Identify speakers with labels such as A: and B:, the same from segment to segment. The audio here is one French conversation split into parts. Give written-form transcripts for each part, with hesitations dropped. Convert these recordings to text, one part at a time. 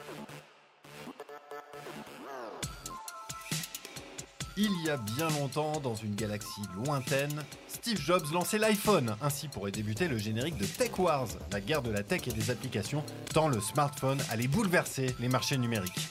A: Il y a bien longtemps, dans une galaxie lointaine, Steve Jobs lançait l'iPhone. Ainsi pourrait débuter le générique de Tech Wars, la guerre de la tech et des applications, tant le smartphone allait bouleverser les marchés numériques.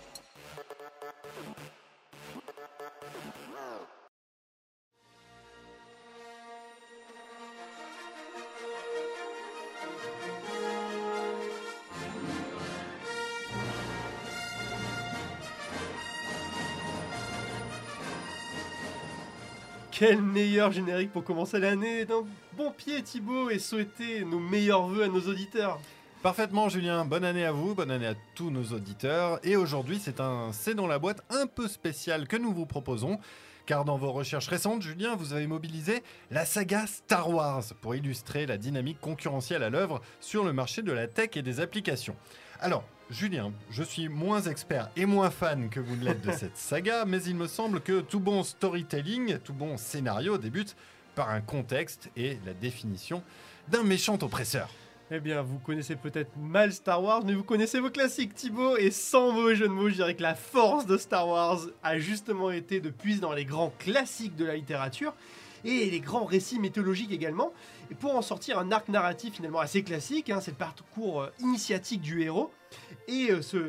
B: Quel meilleur générique pour commencer l'année d'un bon pied Thibaut et souhaiter nos meilleurs vœux à nos auditeurs.
A: Parfaitement Julien, bonne année à vous, bonne année à tous nos auditeurs. Et aujourd'hui c'est un C'est dans la boîte un peu spécial que nous vous proposons. Car dans vos recherches récentes, Julien, vous avez mobilisé la saga Star Wars pour illustrer la dynamique concurrentielle à l'œuvre sur le marché de la tech et des applications. Alors, Julien, je suis moins expert et moins fan que vous ne l'êtes de cette saga, mais il me semble que tout bon storytelling, tout bon scénario débute par un contexte et la définition d'un méchant oppresseur.
B: Eh bien, vous connaissez peut-être mal Star Wars, mais vous connaissez vos classiques Thibaut, et sans mauvais jeu de mots, je dirais que la force de Star Wars a justement été de puiser dans les grands classiques de la littérature, et les grands récits mythologiques également, et pour en sortir un arc narratif finalement assez classique, c'est le parcours initiatique du héros, et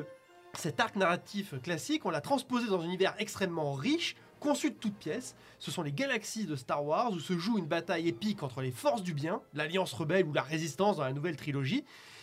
B: cet arc narratif classique, on l'a transposé dans un univers extrêmement riche, conçu de toutes pièces. Ce sont les galaxies de Star Wars où se joue une bataille épique entre les forces du bien, l'Alliance rebelle ou la Résistance dans la nouvelle trilogie,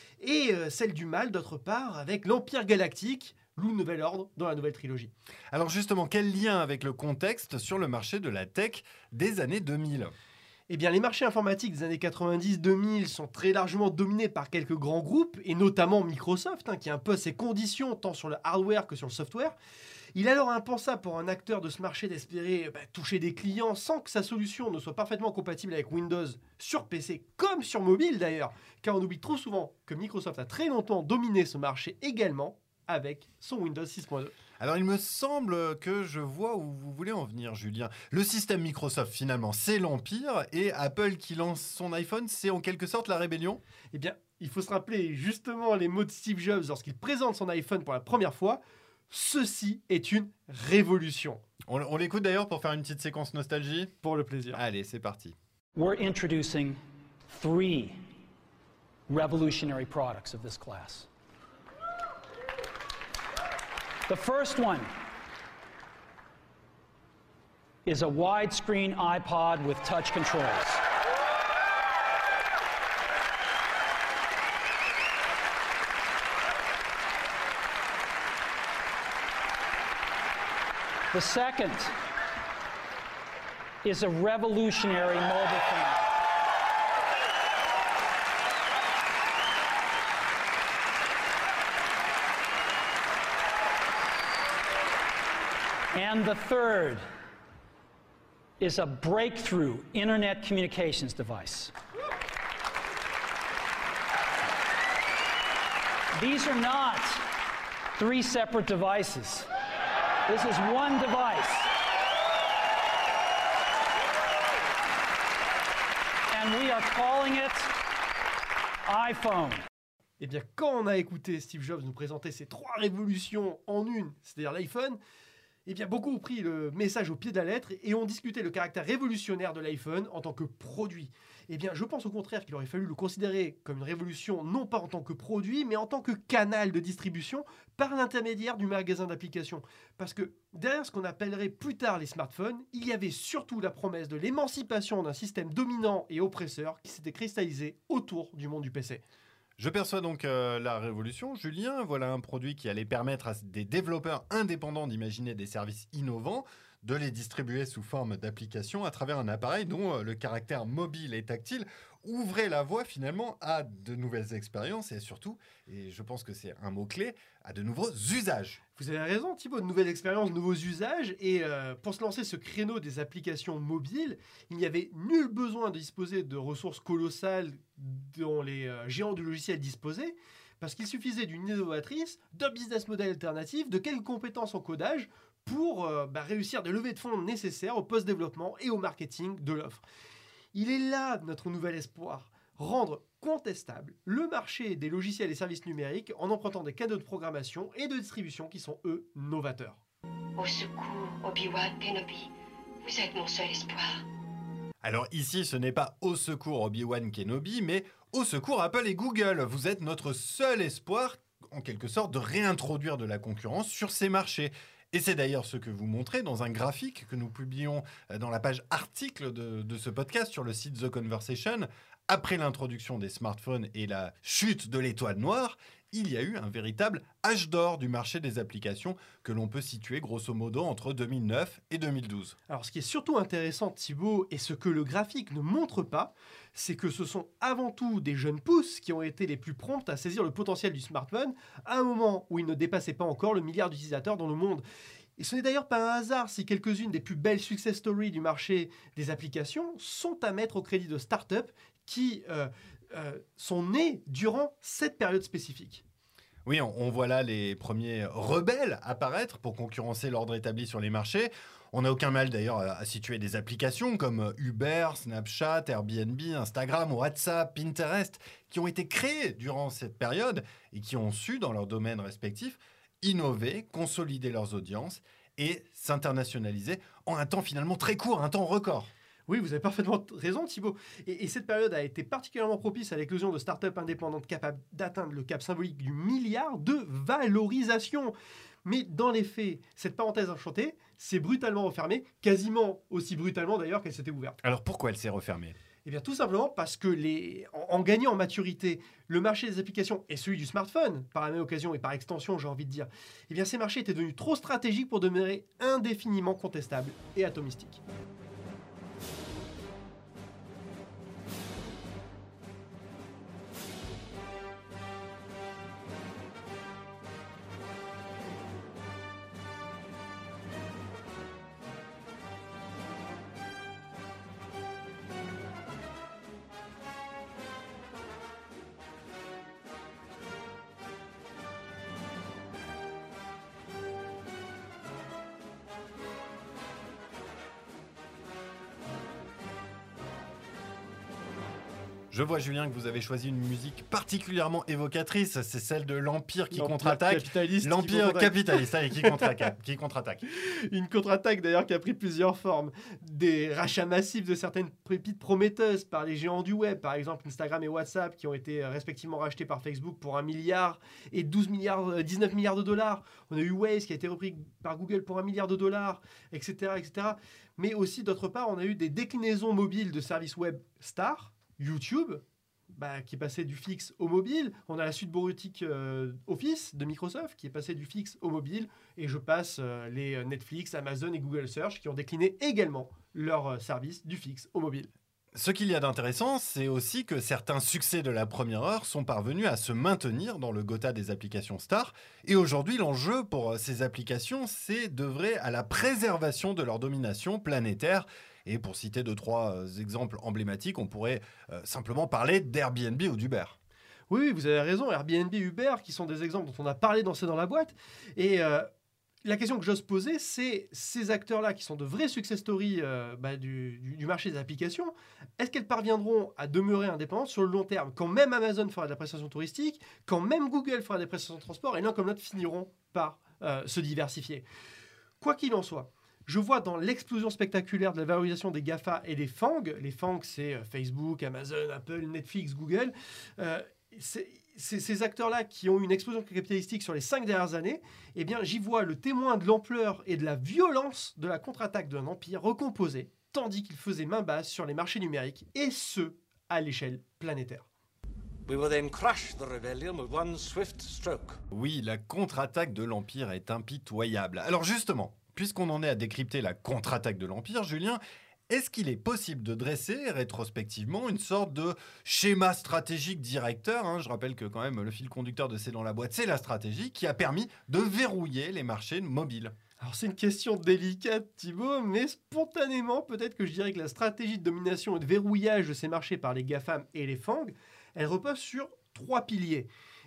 B: et celle du mal d'autre part avec l'Empire galactique, ou le Nouvel Ordre dans la nouvelle trilogie.
A: Alors justement, quel lien avec le contexte sur le marché de la tech des années 2000 ?
B: Eh bien, les marchés informatiques des années 90-2000 sont très largement dominés par quelques grands groupes, et notamment Microsoft, qui impose ses conditions tant sur le hardware que sur le software. Il est alors impensable pour un acteur de ce marché d'espérer toucher des clients sans que sa solution ne soit parfaitement compatible avec Windows sur PC comme sur mobile d'ailleurs, car on oublie trop souvent que Microsoft a très longtemps dominé ce marché également avec son Windows 6.2.
A: Alors il me semble que je vois où vous voulez en venir Julien. Le système Microsoft finalement c'est l'empire et Apple qui lance son iPhone c'est en quelque sorte la rébellion ?
B: Eh bien il faut se rappeler justement les mots de Steve Jobs lorsqu'il présente son iPhone pour la première fois. Ceci est une révolution.
A: On l'écoute d'ailleurs pour faire une petite séquence nostalgie ?
B: Pour le plaisir.
A: Allez c'est parti.
C: We're introducing 3 revolutionary products of this class. The first one is a widescreen iPod with touch controls. The second is a revolutionary mobile phone. And the third is a breakthrough internet communications device. These are not 3 separate devices. This is one device. And we are calling it iPhone.
B: Eh bien, quand on a écouté Steve Jobs nous présenter ces 3 révolutions en une, c'est-à-dire l'iPhone, eh bien, beaucoup ont pris le message au pied de la lettre et ont discuté le caractère révolutionnaire de l'iPhone en tant que produit. Eh bien, je pense au contraire qu'il aurait fallu le considérer comme une révolution, non pas en tant que produit, mais en tant que canal de distribution par l'intermédiaire du magasin d'applications. Parce que derrière ce qu'on appellerait plus tard les smartphones, il y avait surtout la promesse de l'émancipation d'un système dominant et oppresseur qui s'était cristallisé autour du monde du PC.
A: Je perçois donc la révolution. Julien, voilà un produit qui allait permettre à des développeurs indépendants d'imaginer des services innovants, de les distribuer sous forme d'applications à travers un appareil dont le caractère mobile et tactile ouvrait la voie finalement à de nouvelles expériences et surtout, et je pense que c'est un mot-clé, à de nouveaux usages.
B: Vous avez raison Thibaut, de nouvelles expériences, de nouveaux usages, et pour se lancer ce créneau des applications mobiles, il n'y avait nul besoin de disposer de ressources colossales dont les géants du logiciel disposaient, parce qu'il suffisait d'une innovatrice, d'un business model alternatif, de quelques compétences en codage pour réussir des levées de fonds nécessaires au post-développement et au marketing de l'offre. Il est là notre nouvel espoir. rendre contestable le marché des logiciels et services numériques en empruntant des canaux de programmation et de distribution qui sont, eux, novateurs.
D: Au secours, Obi-Wan Kenobi. Vous êtes mon seul espoir.
A: Alors ici, ce n'est pas au secours Obi-Wan Kenobi, mais au secours Apple et Google. Vous êtes notre seul espoir, en quelque sorte, de réintroduire de la concurrence sur ces marchés. Et c'est d'ailleurs ce que vous montrez dans un graphique que nous publions dans la page article de ce podcast sur le site The Conversation. Après l'introduction des smartphones et la chute de l'étoile noire, il y a eu un véritable âge d'or du marché des applications que l'on peut situer grosso modo entre 2009 et 2012.
B: Alors ce qui est surtout intéressant, Thibaut, et ce que le graphique ne montre pas, c'est que ce sont avant tout des jeunes pousses qui ont été les plus promptes à saisir le potentiel du smartphone à un moment où il ne dépassait pas encore le milliard d'utilisateurs dans le monde. Et ce n'est d'ailleurs pas un hasard si quelques-unes des plus belles success stories du marché des applications sont à mettre au crédit de startups qui sont nées durant cette période spécifique.
A: Oui, on voit là les premiers rebelles apparaître pour concurrencer l'ordre établi sur les marchés. On n'a aucun mal d'ailleurs à situer des applications comme Uber, Snapchat, Airbnb, Instagram, WhatsApp, Pinterest, qui ont été créées durant cette période et qui ont su, dans leurs domaines respectifs, innover, consolider leurs audiences et s'internationaliser en un temps finalement très court, un temps record.
B: Oui, vous avez parfaitement raison, Thibaut. Et cette période a été particulièrement propice à l'éclosion de startups indépendantes capables d'atteindre le cap symbolique du milliard de valorisation. Mais dans les faits, cette parenthèse enchantée s'est brutalement refermée, quasiment aussi brutalement d'ailleurs qu'elle s'était ouverte.
A: Alors pourquoi elle s'est refermée ?
B: Eh bien, tout simplement parce que en gagnant en maturité, le marché des applications et celui du smartphone, par la même occasion et par extension, j'ai envie de dire, eh bien, ces marchés étaient devenus trop stratégiques pour demeurer indéfiniment contestables et atomistiques.
A: Je vois, Julien, que vous avez choisi une musique particulièrement évocatrice. C'est celle de l'Empire qui
B: L'Empire
A: contre-attaque.
B: capitaliste
A: L'Empire
B: qui contre-attaque.
A: capitaliste, allez, qui contre-attaque.
B: Une contre-attaque d'ailleurs qui a pris plusieurs formes. Des rachats massifs de certaines pépites prometteuses par les géants du web, par exemple Instagram et WhatsApp, qui ont été respectivement rachetés par Facebook pour 1 milliard et 19 milliards de dollars. On a eu Waze qui a été repris par Google pour 1 milliard de dollars, etc., etc. Mais aussi, d'autre part, on a eu des déclinaisons mobiles de services web stars, YouTube, qui est passé du fixe au mobile. On a la suite bureautique Office de Microsoft qui est passé du fixe au mobile. Et je passe les Netflix, Amazon et Google Search qui ont décliné également leurs services du fixe au mobile.
A: Ce qu'il y a d'intéressant, c'est aussi que certains succès de la première heure sont parvenus à se maintenir dans le Gotha des applications stars. Et aujourd'hui, l'enjeu pour ces applications, c'est d'œuvrer à la préservation de leur domination planétaire. Et pour citer 2-3 exemples emblématiques, on pourrait simplement parler d'Airbnb ou d'Uber.
B: Oui, vous avez raison. Airbnb, Uber, qui sont des exemples dont on a parlé dans C'est dans la boîte. Et la question que j'ose poser, c'est ces acteurs-là qui sont de vrais success stories du marché des applications, est-ce qu'elles parviendront à demeurer indépendantes sur le long terme, quand même Amazon fera de la prestation touristique, quand même Google fera des prestations de transport, et l'un comme l'autre finiront par se diversifier. Quoi qu'il en soit, je vois dans l'explosion spectaculaire de la valorisation des GAFA et des FANG, les FANG c'est Facebook, Amazon, Apple, Netflix, Google, ces acteurs-là qui ont eu une explosion capitalistique sur les 5 dernières années, eh bien j'y vois le témoin de l'ampleur et de la violence de la contre-attaque d'un empire recomposé, tandis qu'il faisait main basse sur les marchés numériques, et ce, à l'échelle planétaire.
E: We will then crush the rebellion with one swift stroke.
A: Oui, la contre-attaque de l'Empire est impitoyable. Alors justement, puisqu'on en est à décrypter la contre-attaque de l'Empire, Julien, est-ce qu'il est possible de dresser rétrospectivement une sorte de schéma stratégique directeur, Je rappelle que quand même le fil conducteur de C'est dans la boîte, c'est la stratégie qui a permis de verrouiller les marchés mobiles.
B: Alors c'est une question délicate, Thibaut, mais spontanément, peut-être que je dirais que la stratégie de domination et de verrouillage de ces marchés par les GAFAM et les FANG, elle repose sur 3 piliers.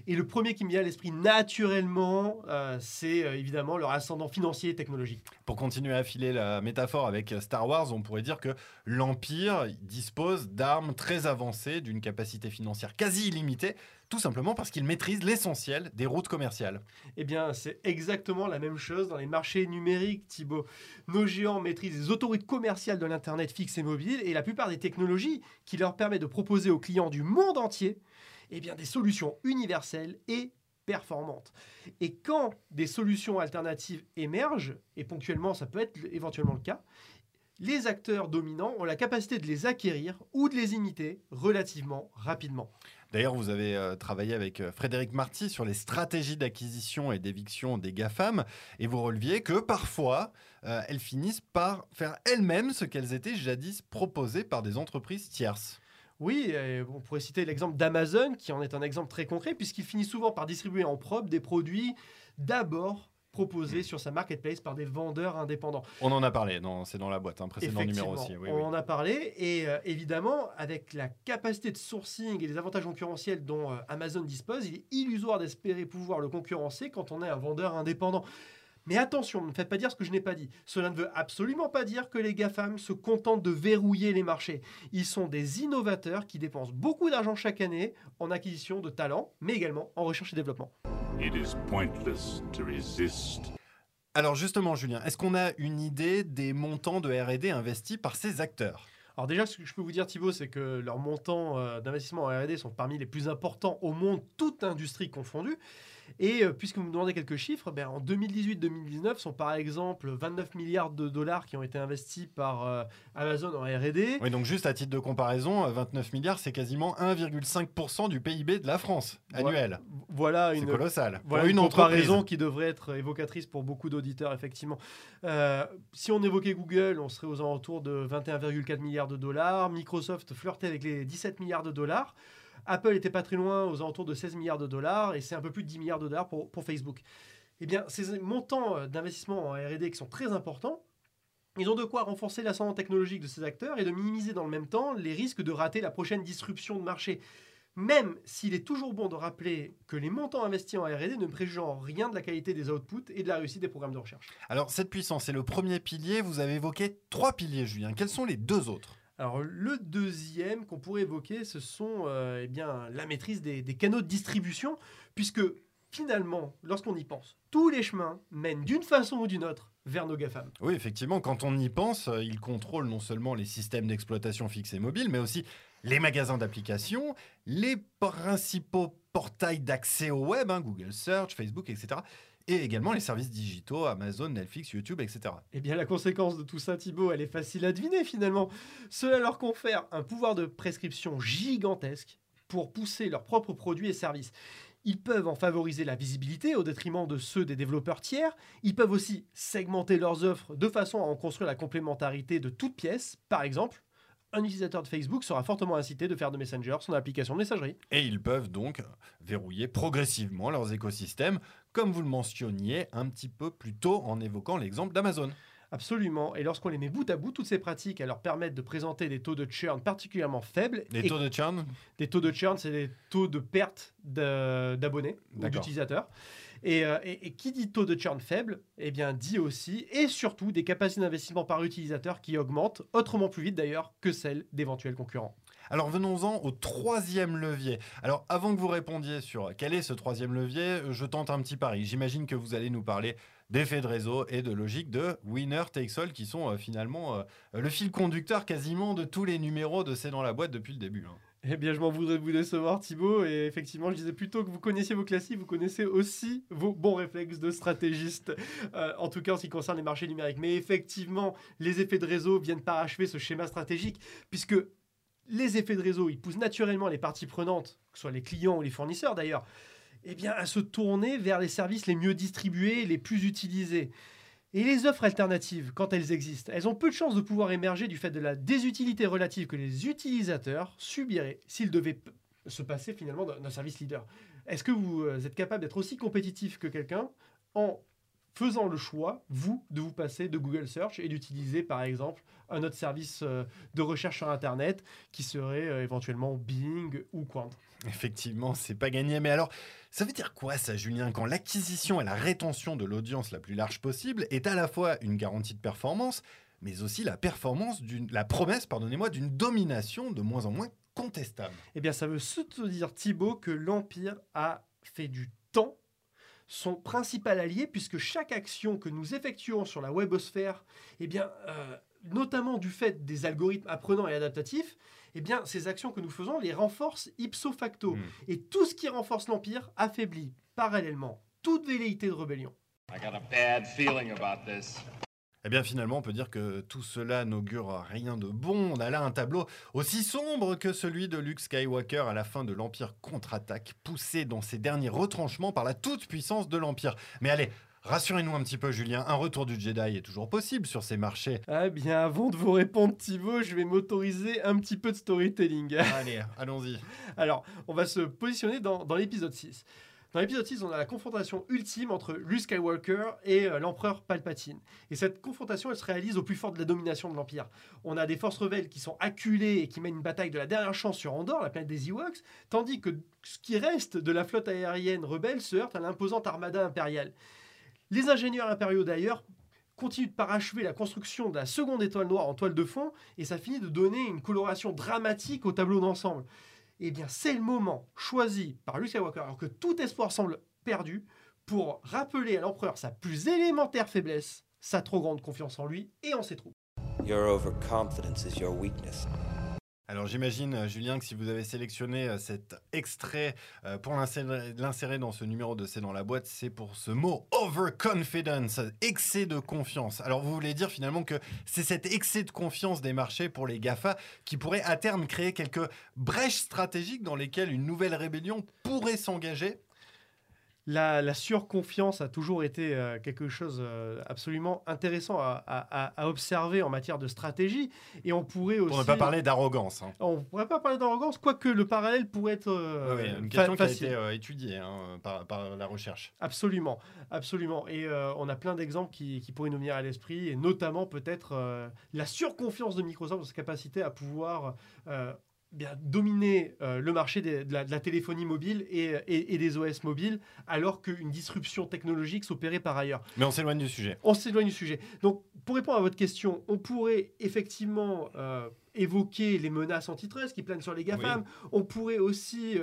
B: Et le premier qui me vient à l'esprit naturellement, c'est évidemment leur ascendant financier et technologique.
A: Pour continuer à filer la métaphore avec Star Wars, on pourrait dire que l'Empire dispose d'armes très avancées, d'une capacité financière quasi illimitée, tout simplement parce qu'il maîtrise l'essentiel des routes commerciales.
B: Eh bien, c'est exactement la même chose dans les marchés numériques, Thibaut. Nos géants maîtrisent les autorités commerciales de l'Internet fixe et mobile et la plupart des technologies qui leur permettent de proposer aux clients du monde entier eh bien, des solutions universelles et performantes. Et quand des solutions alternatives émergent, et ponctuellement ça peut être éventuellement le cas, les acteurs dominants ont la capacité de les acquérir ou de les imiter relativement rapidement.
A: D'ailleurs, vous avez travaillé avec Frédéric Marty sur les stratégies d'acquisition et d'éviction des GAFAM, et vous releviez que parfois, elles finissent par faire elles-mêmes ce qu'elles étaient jadis proposées par des entreprises tierces.
B: Oui, on pourrait citer l'exemple d'Amazon, qui en est un exemple très concret, puisqu'il finit souvent par distribuer en propre des produits d'abord proposés sur sa marketplace par des vendeurs indépendants.
A: On en a parlé, c'est dans la boîte, un précédent numéro aussi. Oui,
B: on en a parlé, et évidemment, avec la capacité de sourcing et les avantages concurrentiels dont Amazon dispose, il est illusoire d'espérer pouvoir le concurrencer quand on est un vendeur indépendant. Mais attention, ne me faites pas dire ce que je n'ai pas dit. Cela ne veut absolument pas dire que les GAFAM se contentent de verrouiller les marchés. Ils sont des innovateurs qui dépensent beaucoup d'argent chaque année en acquisition de talents, mais également en recherche et développement.
F: It is pointless to resist.
A: Alors justement, Julien, est-ce qu'on a une idée des montants de R&D investis par ces acteurs ?
B: Alors déjà, ce que je peux vous dire, Thibaut, c'est que leurs montants d'investissement en R&D sont parmi les plus importants au monde, toute industrie confondue. Et puisque vous me demandez quelques chiffres, en 2018-2019 sont par exemple 29 milliards de dollars qui ont été investis par Amazon en R&D.
A: Oui, donc juste à titre de comparaison, 29 milliards, c'est quasiment 1,5% du PIB de la France annuel.
B: Voilà
A: c'est colossal.
B: Voilà une comparaison qui devrait être évocatrice pour beaucoup d'auditeurs, effectivement. Si on évoquait Google, on serait aux alentours de 21,4 milliards de dollars. Microsoft flirtait avec les 17 milliards de dollars. Apple était pas très loin, aux alentours de 16 milliards de dollars, et c'est un peu plus de 10 milliards de dollars pour Facebook. Eh bien, ces montants d'investissement en R&D qui sont très importants, ils ont de quoi renforcer l'ascendant technologique de ces acteurs et de minimiser dans le même temps les risques de rater la prochaine disruption de marché. Même s'il est toujours bon de rappeler que les montants investis en R&D ne préjugent en rien de la qualité des outputs et de la réussite des programmes de recherche.
A: Alors, cette puissance est le premier pilier. Vous avez évoqué 3 piliers, Julien. Quels sont les 2 autres ?
B: Alors, le deuxième qu'on pourrait évoquer, ce sont la maîtrise des canaux de distribution, puisque finalement, lorsqu'on y pense, tous les chemins mènent d'une façon ou d'une autre vers nos GAFAM.
A: Oui, effectivement, quand on y pense, ils contrôlent non seulement les systèmes d'exploitation fixes et mobiles, mais aussi les magasins d'applications, les principaux portails d'accès au web, Google Search, Facebook, etc., et également les services digitaux, Amazon, Netflix, YouTube, etc.
B: Eh bien, la conséquence de tout ça, Thibaut, elle est facile à deviner finalement. Cela leur confère un pouvoir de prescription gigantesque pour pousser leurs propres produits et services. Ils peuvent en favoriser la visibilité au détriment de ceux des développeurs tiers. Ils peuvent aussi segmenter leurs offres de façon à en construire la complémentarité de toutes pièces. Par exemple, un utilisateur de Facebook sera fortement incité de faire de Messenger son application de messagerie.
A: Et ils peuvent donc verrouiller progressivement leurs écosystèmes, comme vous le mentionniez un petit peu plus tôt en évoquant l'exemple d'Amazon.
B: Absolument. Et lorsqu'on les met bout à bout, toutes ces pratiques, elles leur permettent de présenter des taux de churn particulièrement faibles.
A: Les taux de churn ?
B: Des taux de churn, c'est des taux de perte d'abonnés ou d'utilisateurs. Et qui dit taux de churn faible, eh bien dit aussi et surtout des capacités d'investissement par utilisateur qui augmentent, autrement plus vite d'ailleurs que celles d'éventuels concurrents.
A: Alors venons-en au 3e levier. Alors avant que vous répondiez sur quel est ce 3e levier, je tente un petit pari. J'imagine que vous allez nous parler d'effets de réseau et de logique de winner takes all qui sont finalement le fil conducteur quasiment de tous les numéros de C'est dans la boîte depuis le début.
B: Eh bien, je m'en voudrais de vous décevoir, Thibaut. Et effectivement, je disais plutôt que vous connaissiez vos classiques, vous connaissez aussi vos bons réflexes de stratégiste, en tout cas en ce qui concerne les marchés numériques. Mais effectivement, les effets de réseau viennent parachever ce schéma stratégique, puisque les effets de réseau, ils poussent naturellement les parties prenantes, que ce soit les clients ou les fournisseurs d'ailleurs, eh bien, à se tourner vers les services les mieux distribués et les plus utilisés. Et les offres alternatives, quand elles existent, elles ont peu de chances de pouvoir émerger du fait de la désutilité relative que les utilisateurs subiraient s'ils devaient se passer finalement d'un service leader. Est-ce que vous êtes capable d'être aussi compétitif que quelqu'un en faisant le choix, de vous passer de Google Search et d'utiliser par exemple un autre service de recherche sur Internet qui serait éventuellement Bing ou Quant.
A: Effectivement, c'est pas gagné. Mais alors, ça veut dire quoi ça, Julien, quand l'acquisition et la rétention de l'audience la plus large possible est à la fois une garantie de performance, mais aussi la promesse d'une domination de moins en moins contestable?
B: Eh bien, ça veut surtout dire, Thibaut, que l'Empire a fait du temps son principal allié, puisque chaque action que nous effectuons sur la webosphère, eh bien, notamment du fait des algorithmes apprenants et adaptatifs, eh bien, ces actions que nous faisons les renforcent ipso facto. Et tout ce qui renforce l'Empire affaiblit parallèlement toute velléité de rébellion.
G: I got a bad feeling about this.
A: Eh bien, finalement, on peut dire que tout cela n'augure rien de bon. On a là un tableau aussi sombre que celui de Luke Skywalker à la fin de l'Empire contre-attaque, poussé dans ses derniers retranchements par la toute-puissance de l'Empire. Mais allez, rassurez-nous un petit peu, Julien, un retour du Jedi est toujours possible sur ces marchés.
B: Ah bien, avant de vous répondre, Thibaut, je vais m'autoriser un petit peu de storytelling.
A: Allez, allons-y.
B: Alors, on va se positionner dans l'épisode 6. Dans l'épisode 6, on a la confrontation ultime entre Luke Skywalker et l'empereur Palpatine. Et cette confrontation, elle se réalise au plus fort de la domination de l'Empire. On a des forces rebelles qui sont acculées et qui mènent une bataille de la dernière chance sur Endor, la planète des Ewoks, tandis que ce qui reste de la flotte aérienne rebelle se heurte à l'imposante armada impériale. Les ingénieurs impériaux, d'ailleurs, continuent de parachever la construction de la seconde étoile noire en toile de fond, et ça finit de donner une coloration dramatique au tableau d'ensemble. Eh bien, c'est le moment choisi par Luke Skywalker, alors que tout espoir semble perdu, pour rappeler à l'empereur sa plus élémentaire faiblesse, sa trop grande confiance en lui et en ses troupes.
H: Your overconfidence is your weakness.
A: Alors j'imagine, Julien, que si vous avez sélectionné cet extrait pour l'insérer dans ce numéro de C'est dans la boîte, c'est pour ce mot overconfidence, excès de confiance. Alors vous voulez dire finalement que c'est cet excès de confiance des marchés pour les GAFA qui pourrait à terme créer quelques brèches stratégiques dans lesquelles une nouvelle rébellion pourrait s'engager ?
B: La surconfiance a toujours été quelque chose absolument intéressant à observer en matière de stratégie. Et on pourrait aussi...
A: Pour ne pas parler d'arrogance. Hein.
B: On ne pourrait pas parler d'arrogance, quoique le parallèle pourrait être
A: une question
B: facile.
A: Qui a été étudiée par la recherche.
B: Absolument, absolument. Et on a plein d'exemples qui pourraient nous venir à l'esprit, et notamment peut-être la surconfiance de Microsoft dans sa capacité à pouvoir... dominer le marché de la téléphonie mobile et des OS mobiles, alors qu'une disruption technologique s'opérait par ailleurs.
A: Mais on s'éloigne du sujet.
B: On s'éloigne du sujet. Donc, pour répondre à votre question, on pourrait effectivement évoquer les menaces antitrust qui planent sur les GAFAM. Oui. On pourrait aussi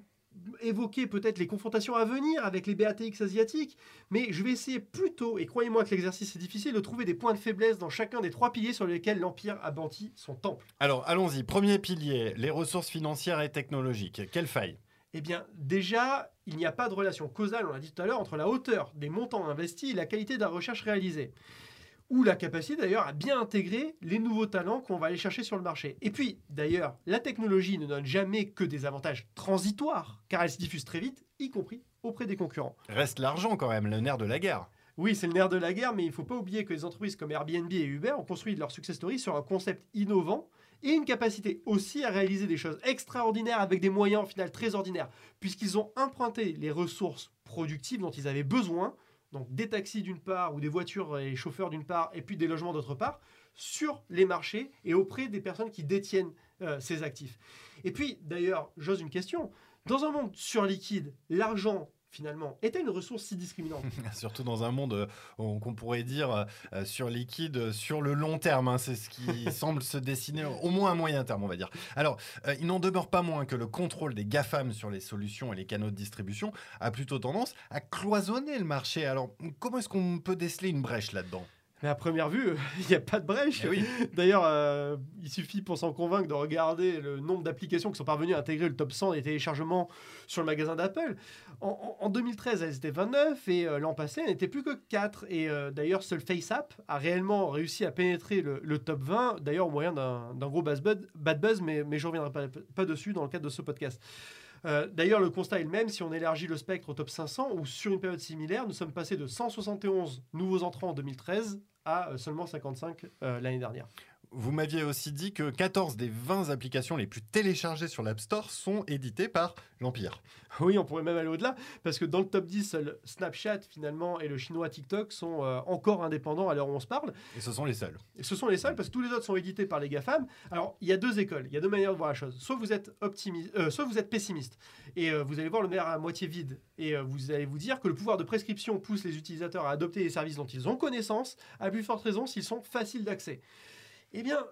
B: évoquer peut-être les confrontations à venir avec les BATX asiatiques, mais je vais essayer plutôt, et croyez-moi que l'exercice est difficile, de trouver des points de faiblesse dans chacun des 3 piliers sur lesquels l'Empire a bâti son temple.
A: Alors, allons-y. Premier pilier, les ressources financières et technologiques. Quelle faille ?
B: Eh bien, déjà, il n'y a pas de relation causale, on l'a dit tout à l'heure, entre la hauteur des montants investis et la qualité de la recherche réalisée. Ou la capacité d'ailleurs à bien intégrer les nouveaux talents qu'on va aller chercher sur le marché. Et puis, d'ailleurs, la technologie ne donne jamais que des avantages transitoires, car elle se diffuse très vite, y compris auprès des concurrents.
A: Reste l'argent quand même, le nerf de la guerre.
B: Oui, c'est le nerf de la guerre, mais il ne faut pas oublier que les entreprises comme Airbnb et Uber ont construit leur success story sur un concept innovant et une capacité aussi à réaliser des choses extraordinaires avec des moyens au final très ordinaires, puisqu'ils ont emprunté les ressources productives dont ils avaient besoin, donc des taxis d'une part, ou des voitures et chauffeurs d'une part, et puis des logements d'autre part, sur les marchés et auprès des personnes qui détiennent ces actifs. Et puis, d'ailleurs, j'ose une question. Dans un monde surliquide, l'argent, finalement, est-elle une ressource si discriminante ?
A: Surtout dans un monde qu'on pourrait dire surliquide sur le long terme. Hein, c'est ce qui semble se dessiner au moins à moyen terme, on va dire. Alors, il n'en demeure pas moins que le contrôle des GAFAM sur les solutions et les canaux de distribution a plutôt tendance à cloisonner le marché. Alors, comment est-ce qu'on peut déceler une brèche là-dedans ?
B: Mais à première vue, il n'y a pas de brèche.
A: Oui.
B: D'ailleurs, il suffit pour s'en convaincre de regarder le nombre d'applications qui sont parvenues à intégrer le top 100 des téléchargements sur le magasin d'Apple. En 2013, elles étaient 29 et l'an passé, elles n'étaient plus que 4. Et d'ailleurs, seul FaceApp a réellement réussi à pénétrer le top 20, d'ailleurs au moyen d'un gros bad buzz, mais je ne reviendrai pas dessus dans le cadre de ce podcast. D'ailleurs, le constat est le même si on élargit le spectre au top 500, où sur une période similaire, nous sommes passés de 171 nouveaux entrants en 2013 à seulement 55 l'année dernière.
A: Vous m'aviez aussi dit que 14 des 20 applications les plus téléchargées sur l'App Store sont éditées par l'Empire.
B: Oui, on pourrait même aller au-delà, parce que dans le top 10, seuls Snapchat finalement et le chinois TikTok sont encore indépendants à l'heure où on se parle.
A: Et ce sont les seuls.
B: Et ce sont les seuls, parce que tous les autres sont édités par les GAFAM. Alors, il y a deux écoles, il y a deux manières de voir la chose. Soit vous êtes soit vous êtes pessimiste, et vous allez voir le verre à moitié vide, et vous allez vous dire que le pouvoir de prescription pousse les utilisateurs à adopter les services dont ils ont connaissance, à plus forte raison s'ils sont faciles d'accès. Eh bien,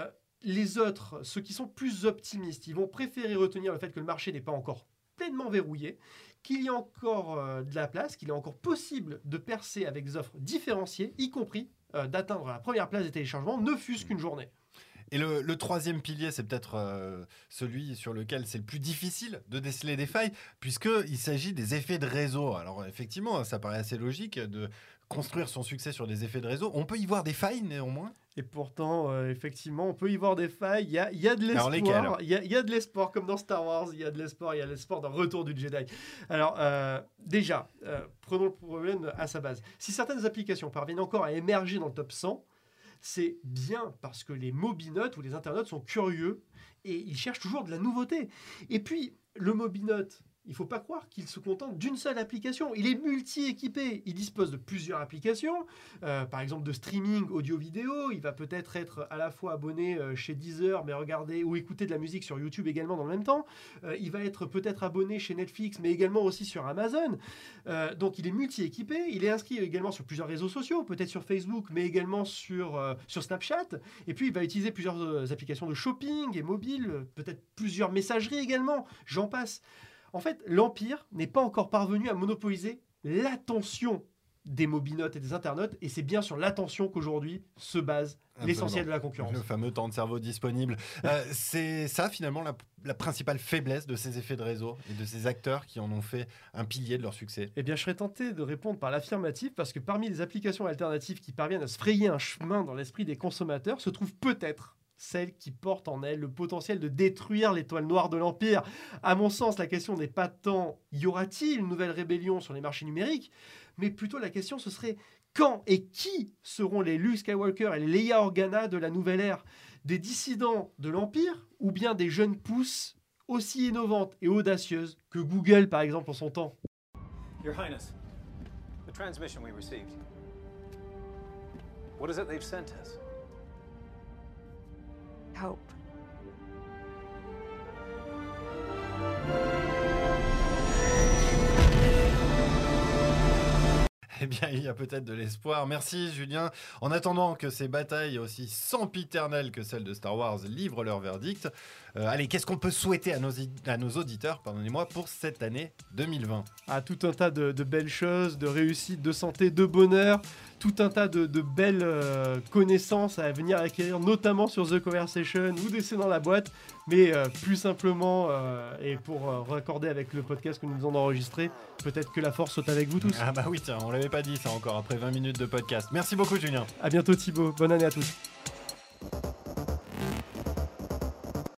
B: les autres, ceux qui sont plus optimistes, ils vont préférer retenir le fait que le marché n'est pas encore pleinement verrouillé, qu'il y a encore de la place, qu'il est encore possible de percer avec des offres différenciées, y compris d'atteindre la première place des téléchargements, ne fût-ce qu'une journée.
A: Et le troisième pilier, c'est peut-être celui sur lequel c'est le plus difficile de déceler des failles, puisqu'il s'agit des effets de réseau. Alors effectivement, ça paraît assez logique de construire son succès sur des effets de réseau. On peut y voir des failles néanmoins.
B: Et pourtant, effectivement, on peut y voir des failles. Il y a de l'espoir.
A: Alors, lesquelles ?
B: Il y a de l'espoir, comme dans Star Wars. Il y a de l'espoir d'un retour du Jedi. Alors, déjà, prenons le problème à sa base. Si certaines applications parviennent encore à émerger dans le top 100, c'est bien parce que les mobinotes ou les internautes sont curieux et ils cherchent toujours de la nouveauté. Et puis, le mobinote, il ne faut pas croire qu'il se contente d'une seule application. Il est multi-équipé. Il dispose de plusieurs applications, par exemple de streaming audio-vidéo. Il va peut-être être à la fois abonné chez Deezer, mais regarder ou écouter de la musique sur YouTube également dans le même temps. Il va être peut-être abonné chez Netflix, mais également aussi sur Amazon. Donc il est multi-équipé. Il est inscrit également sur plusieurs réseaux sociaux, peut-être sur Facebook, mais également sur Snapchat. Et puis il va utiliser plusieurs applications de shopping et mobile, peut-être plusieurs messageries également. J'en passe. En fait, l'Empire n'est pas encore parvenu à monopoliser l'attention des mobinotes et des internautes, et c'est bien sur l'attention qu'aujourd'hui se base l'essentiel de la concurrence.
A: Le fameux temps de cerveau disponible. C'est ça, finalement, la principale faiblesse de ces effets de réseau et de ces acteurs qui en ont fait un pilier de leur succès.
B: Eh bien, je serais tenté de répondre par l'affirmative, parce que parmi les applications alternatives qui parviennent à se frayer un chemin dans l'esprit des consommateurs se trouve peut-être celle qui porte en elle le potentiel de détruire l'étoile noire de l'Empire. À mon sens, la question n'est pas tant y aura-t-il une nouvelle rébellion sur les marchés numériques, mais plutôt la question ce serait quand et qui seront les Luke Skywalker et les Leia Organa de la nouvelle ère, des dissidents de l'Empire ou bien des jeunes pousses aussi innovantes et audacieuses que Google par exemple en son temps.
E: Your Highness, the transmission we received. What is it they've sent us?
I: Hope.
A: Eh bien, il y a peut-être de l'espoir. Merci, Julien. En attendant que ces batailles aussi sempiternelles que celles de Star Wars livrent leur verdict, allez, qu'est-ce qu'on peut souhaiter à nos auditeurs, pardonnez-moi, pour cette année 2020 ?
B: Tout un tas de belles choses, de réussite, de santé, de bonheur, tout un tas de belles connaissances à venir acquérir, notamment sur The Conversation ou des C'est dans la boîte, mais plus simplement, et pour raccorder avec le podcast que nous avons enregistré, peut-être que la force soit avec vous tous.
A: Ah bah oui, tiens, on l'avait pas dit ça encore après 20 minutes de podcast. Merci beaucoup, Julien.
B: À bientôt Thibaut, bonne année à tous.